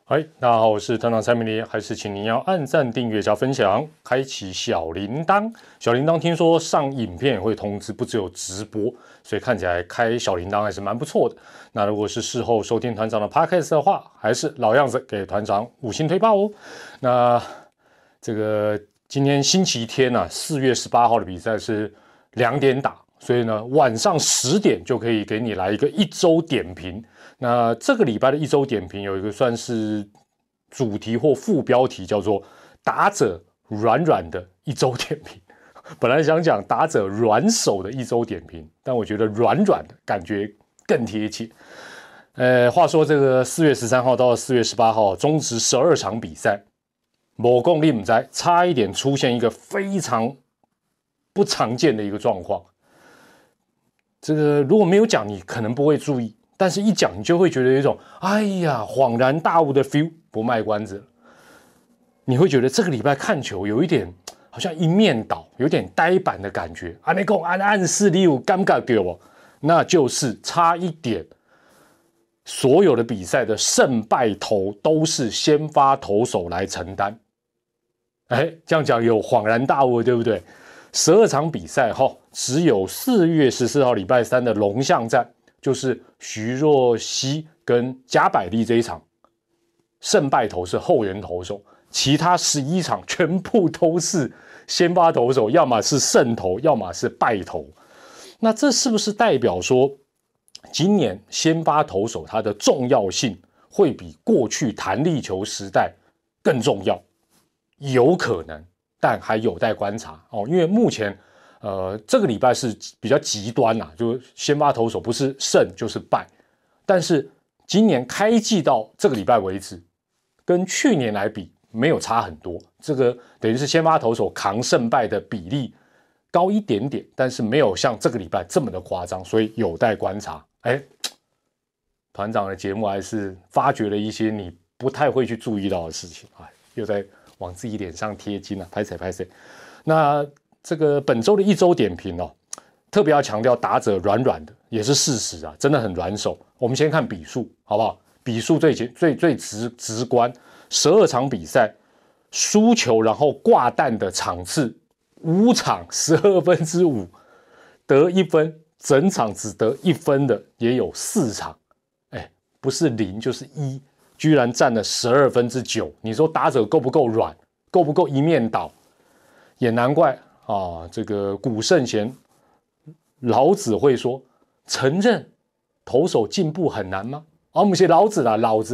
嗨，大家好，我是团长蔡明黎，还是请您要按赞、订阅加分享，开启小铃铛。小铃铛听说上影片也会通知，不只有直播，所以看起来开小铃铛还是蛮不错的。那如果是事后收听团长的 podcast 的话，还是老样子，给团长5星推爆哦。那这个今天星期天啊，4月18号的比赛是2点打，所以呢晚上10点就可以给你来一个一周点评。那这个礼拜的一周点评有一个算是主题或副标题，叫做打者软软的一周点评。本来想讲打者软手的一周点评，但我觉得软软的感觉更贴切。话说这个4月13号到4月18号中职12场比赛，某共你不知差一点出现一个非常不常见的一个状况。这个如果没有讲，你可能不会注意。但是一讲你就会觉得有一种哎呀恍然大悟的 feel， 不卖关子了。你会觉得这个礼拜看球有一点好像一面倒，有点呆板的感觉。啊，你讲暗示你有尴尬对不？那就是差一点，所有的比赛的胜败投都是先发投手来承担。哎，这样讲有恍然大悟，对不对？12场比赛只有4月14号礼拜三的龙象战，就是徐若曦跟加百利这一场，胜败投是后援投手，其他11场全部都是先发投手，要么是胜投，要么是败投。那这是不是代表说，今年先发投手它的重要性会比过去弹力球时代更重要？有可能，但还有待观察哦。因为目前这个礼拜是比较极端啦，就是先发投手不是胜就是败。但是今年开季到这个礼拜为止，跟去年来比没有差很多。这个等于是先发投手扛胜败的比例高一点点，但是没有像这个礼拜这么的夸张，所以有待观察。团长的节目还是发掘了一些你不太会去注意到的事情，又在往自己脸上贴金了，拍谁。那这个本周的一周点评哦，特别要强调打者软软的，也是事实啊，真的很软手。我们先看比数，好不好？比数最直观，12场比赛输球然后挂蛋的场次5场5/12，得1分，整场只得1分的也有4场，不是0就是1。居然占了9/12，你说打者够不够软？够不够一面倒？也难怪啊！这个古圣贤老子会说，承认投手进步很难吗？不是老子啦，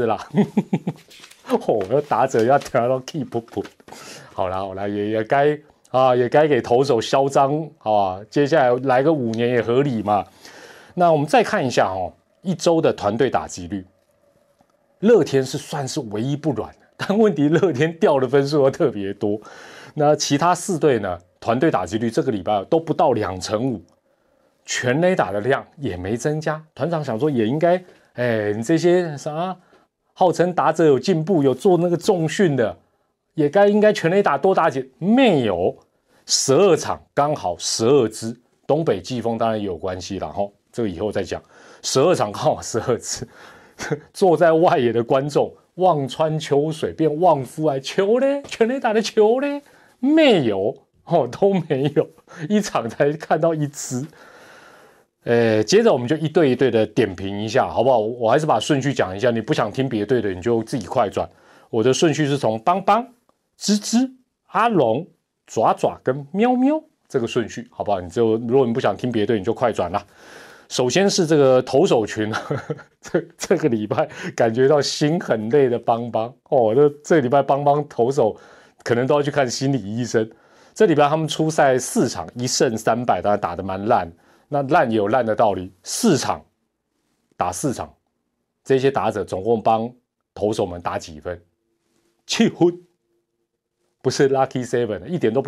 打者要调到 keep 不。好啦，也该给投手嚣张啊！接下来来个5年也合理嘛。那我们再看一下一周的团队打击率。乐天是算是唯一不软的，但问题乐天掉的分数又特别多。那其他4队呢？团队打击率这个礼拜都不到2成5，全垒打的量也没增加。团长想说也应该，你这些啥号称打者有进步，有做那个重训的，也应该全垒打多打几，没有。12场刚好12支，东北季风当然也有关系啦，这个以后再讲。12场刚好12支。坐在外野的观众望穿秋水变望夫啊，球呢？全垒打的球呢？没有都没有，一场才看到1支。接着我们就一队一队的点评一下，好不好？我还是把顺序讲一下，你不想听别队的，你就自己快转。我的顺序是从邦邦、芝芝、阿龙、爪爪跟喵喵这个顺序，好不好？如果你不想听别队，你就快转啦。首先是这个投手群，这个礼拜感觉到心很累的邦邦这礼拜邦邦投手可能都要去看心理医生。这礼拜他们出赛4场，1胜3败，当然打得蛮烂。那烂也有烂的道理，4场打4场，这些打者总共帮投手们打几分？7分，不是 lucky 7，一点都不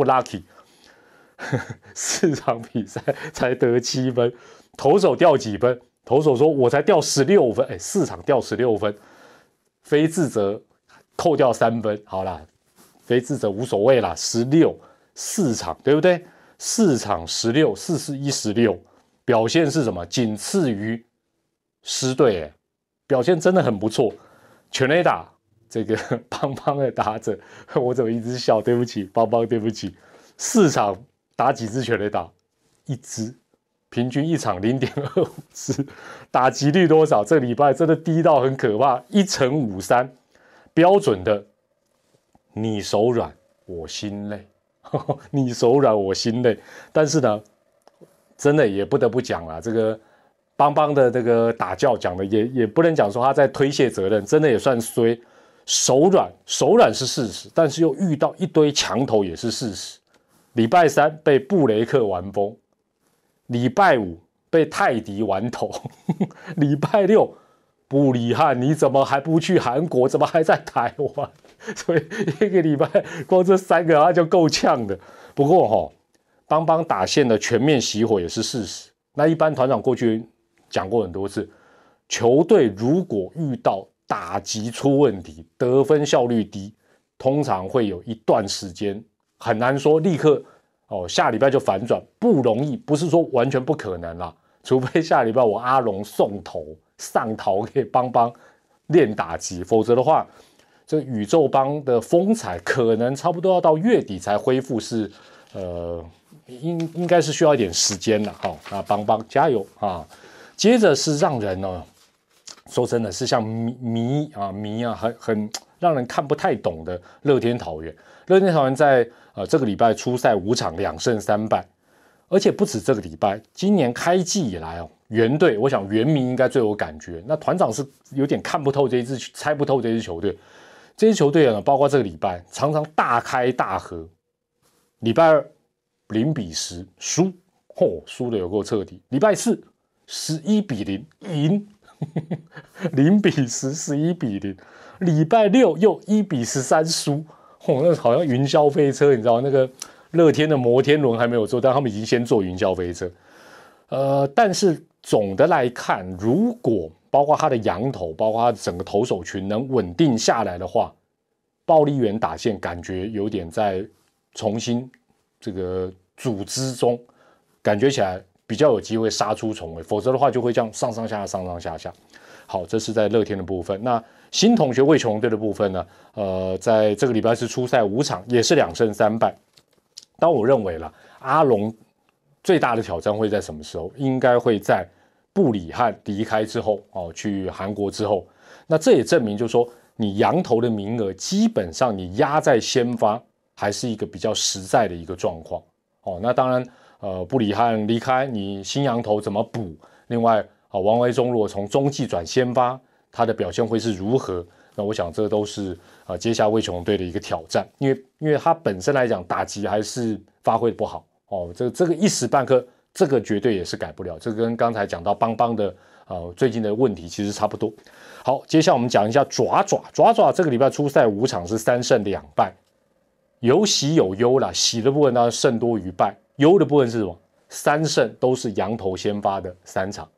lucky。4场比赛才得7分。投手掉几分？投手说我才掉16分，4场掉16分，非自责扣掉3分，好啦，非自责无所谓啦，16，4场对不对？4场16，4-11-16，表现是什么？仅次于狮队，表现真的很不错。全垒打这个邦邦的打者，我怎么一直笑？对不起，邦邦，对不起。4场打几支全垒打？1支，平均1场0.25支，打击率多少？这个礼拜真的低到很可怕，1.53，标准的你手软我心累，你手软我心累。但是呢，真的也不得不讲啦，这个邦邦的这个打教讲的也不能讲说他在推卸责任，真的也算衰。手软是事实，但是又遇到一堆强投也是事实。礼拜3被布雷克完封，礼拜5被泰迪完投，礼拜6布里汉你怎么还不去韩国？怎么还在台湾？所以一个礼拜光这3个他就够呛的。不过邦邦打线的全面熄火也是事实。那一般团长过去讲过很多次，球队如果遇到打击出问题，得分效率低，通常会有一段时间很难说立刻下礼拜就反转，不容易，不是说完全不可能啦。除非下礼拜我阿龙送头上头给邦邦练打击，否则的话，这宇宙邦的风采可能差不多要到月底才恢复，是应该是需要一点时间了。那邦邦加油啊！接着是让人说真的是像迷很让人看不太懂的乐天桃园。乐天桃园在这个礼拜出赛5场2胜3败，而且不止这个礼拜，今年开季以来原队，我想原迷应该最有感觉。那团长是有点看不透这一支，猜不透这支球队。这支球队呢，包括这个礼拜常常大开大合，礼拜20-10输，输的有够彻底。礼拜4 11-0赢。0-10 11-0，礼拜6又1-13输，那好像云霄飞车，你知道那个乐天的摩天轮还没有做，但他们已经先做云霄飞车。但是总的来看，如果包括他的洋投，包括他的整个投手群能稳定下来的话，暴力猿打线感觉有点在重新这个组织中，感觉起来比较有机会杀出重围，否则的话就会这样上上下下上上下下。好，这是在乐天的部分。那新同学味球队的部分呢？在这个礼拜是出赛5场，也是2胜3败。但我认为啦，阿龙最大的挑战会在什么时候？应该会在布里汉离开之后去韩国之后。那这也证明就是说，你洋投的名额基本上你压在先发，还是一个比较实在的一个状况。那当然。布里汉离开，你新洋投怎么补？另外，王维忠如果从中继转先发，他的表现会是如何？那我想这都是接下味球队的一个挑战，因为他本身来讲打击还是发挥的不好这个一时半刻，这个绝对也是改不了。这跟刚才讲到邦邦的最近的问题其实差不多。好，接下来我们讲一下爪爪这个礼拜出赛5场是3胜2败，有喜有忧啦，喜的部分当然胜多于败。优的部分是什么？3胜都是洋投先发的3场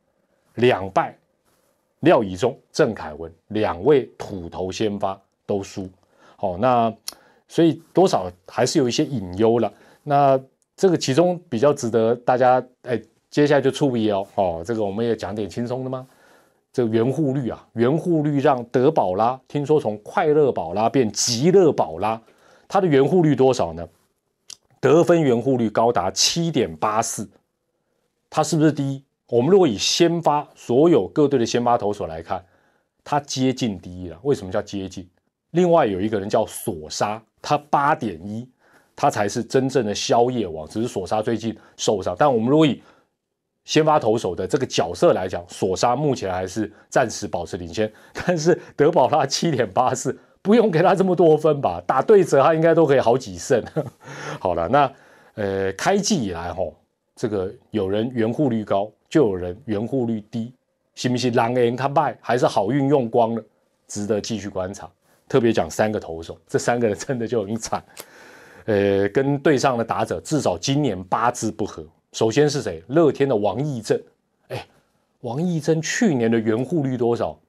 ，2败廖以中、郑凯文2位土投先发都输。那所以多少还是有一些隐忧了。那这个其中比较值得大家接下来就注意这个我们也讲点轻松的吗？这个援护率援护率让德保拉听说从快乐宝拉变极乐宝拉，它的援护率多少呢？得分援护率高达 7.84， 他是不是第一？我们如果以先发所有各队的先发投手来看，他接近第一了。为什么叫接近？另外有一个人叫索沙，他 8.1， 他才是真正的宵夜王，只是索沙最近受伤。但我们如果以先发投手的这个角色来讲，索沙目前还是暂时保持领先，但是德保拉 7.84。不用给他这么多分吧，打对折他应该都可以好几胜。好了，那开季以来这个有人援护率高，就有人援护率低，是不是狼人他败还是好运用光了？值得继续观察。特别讲3个投手，这3个人真的就很惨。跟队上的打者至少今年8字不合。首先是谁？乐天的王义正。王义正去年的援护率多少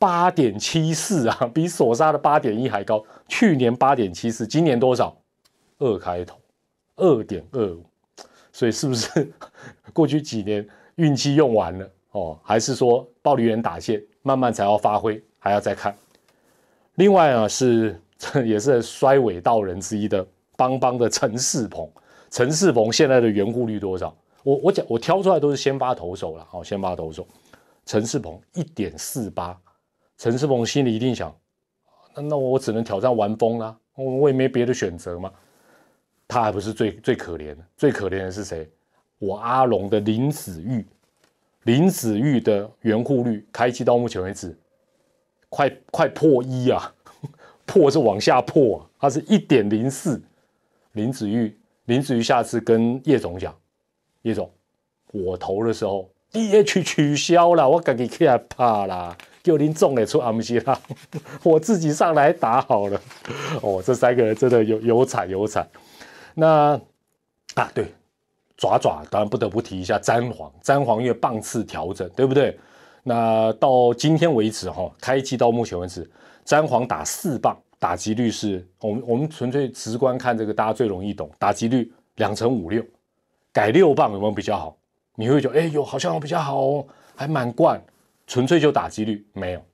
？8.74比索沙的8.1还高。去年8.74，今年多少？2开头，2.25。所以是不是过去几年运气用完了还是说暴力猿打线慢慢才要发挥，还要再看。 另外呢是也是衰尾道人之一的邦邦的陈世鹏，陈世鹏现在的援护率多少？我挑出来都是先发投手了，先发投手，陈世鹏1.48，陈世鹏心里一定想，那我只能挑战完封啦，我也没别的选择嘛。他还不是最可怜的，最可怜的是谁？我阿龙的林子玉，林子玉的援护率开季到目前为止快破1啊，破是往下破啊，它是1.04。林子玉下次跟叶总讲，叶总，我投的时候 DH 取消了，我自己起来打啦，叫您总得出不是啦，我自己上来打好了。哦，这3个人真的有惨。那对，爪当然不得不提一下詹皇因为棒次调整，对不对？那到今天为止开季到目前为止，詹皇打4棒，打击率是我们纯粹直观看这个，大家最容易懂，打击率2.56%，改6棒有没有比较好？你会觉得有好像比较好哦，还满贯。纯粹就打击率没有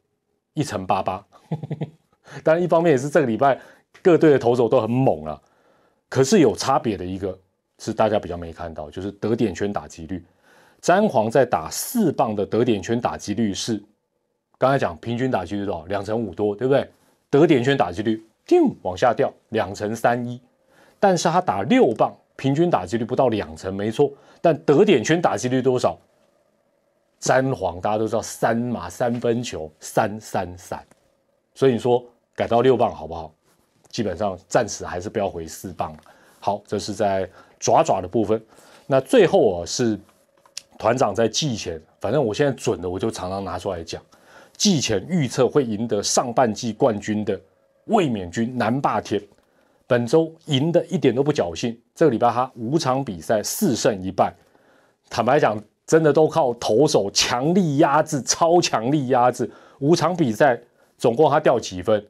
1.88%，当然一方面也是这个礼拜各队的投手都很猛啊，可是有差别的一个是大家比较没看到，就是得点圈打击率。詹皇在打4棒的得点圈打击率是，刚才讲平均打击率多少？2.5%多，对不对？得点圈打击率往下掉2.31%，但是他打6棒，平均打击率不到2成，没错，但得点圈打击率多少？詹皇大家都知道3嘛，3分球333，所以你说改到6棒好不好？基本上暂时还是不要回4棒。好，这是在爪的部分。那最后是团长在季前，反正我现在准的我就常常拿出来讲，季前预测会赢得上半季冠军的卫冕军南霸天，本周赢的一点都不侥幸。这个礼拜他5场比赛4胜1败，坦白讲，真的都靠投手强力压制，超强力压制。5场比赛总共他掉几分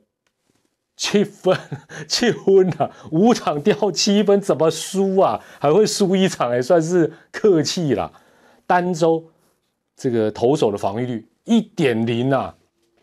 ？7分啊！5场掉7分，怎么输啊？还会输1场，也算是客气啦。单周这个投手的防御率1.0啊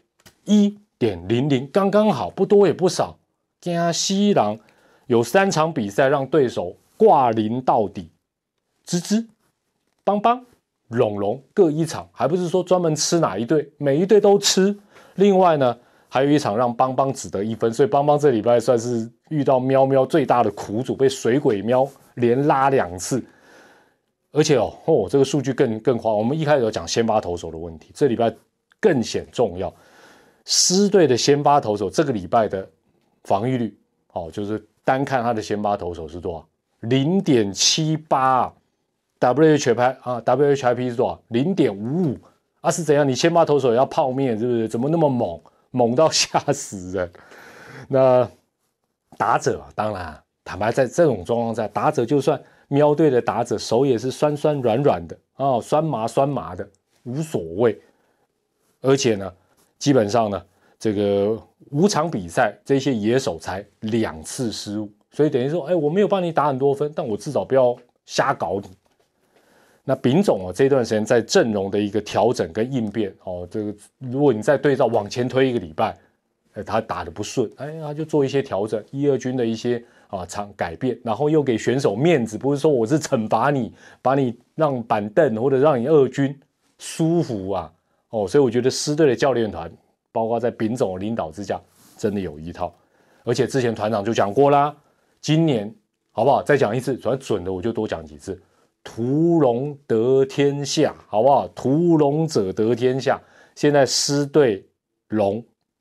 ，1.00，刚刚好，不多也不少。惊西郎有3场比赛让对手挂零到底，芝、邦邦、龙各1场，还不是说专门吃哪一队，每一队都吃。另外呢，还有1场让邦邦只得1分，所以邦邦这礼拜算是遇到喵最大的苦主，被水鬼喵连拉2次。而且这个数据更夸张。我们一开始有讲先发投手的问题，这礼拜更显重要。狮队的先发投手这个礼拜的防御率，就是单看他的先发投手是多少？0.78。WHIP 是多少？0.55啊，是怎样？你先发投手也要泡面，是不是？怎么那么猛到吓死人？那打者当然，坦白在这种状况下，打者就算喵队的打者手也是酸软的酸麻的，无所谓。而且呢，基本上呢，这个5场比赛这些野手才2次失误，所以等于说，我没有帮你打很多分，但我至少不要瞎搞你。那丙总这段时间在阵容的一个调整跟应变这个如果你再对照往前推1个礼拜，他打得不顺，他就做一些调整，1、2军的一些改变，然后又给选手面子，不是说我是惩罚你，把你让板凳或者让你2军舒服啊，所以我觉得狮队的教练团，包括在丙总的领导之下，真的有一套，而且之前团长就讲过啦，今年好不好？再讲一次，反正准的我就多讲几次。屠龙得天下，好不好？屠龙者得天下。现在狮队龙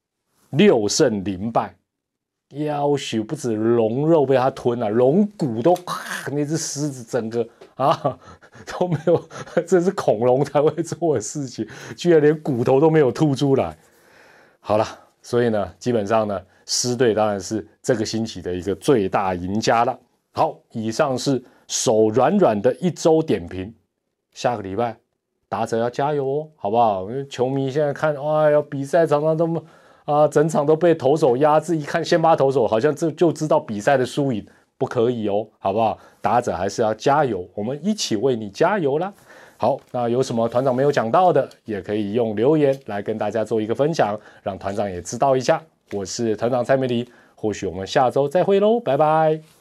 6胜0败，要求不止龙肉被他吞了，龙骨都那只狮子整个都没有，这是恐龙才会做的事情，居然连骨头都没有吐出来。好了，所以呢，基本上呢，狮队当然是这个星期的一个最大赢家了。好，以上是手软的1周点评，下个礼拜打者要加油好不好？因为球迷现在看，比赛常常都整场都被投手压制，一看先发投手好像就知道比赛的输赢，不可以好不好？打者还是要加油，我们一起为你加油啦！好，那有什么团长没有讲到的，也可以用留言来跟大家做一个分享，让团长也知道一下。 我是团长蔡美里，或许我们下周再会喽，拜拜。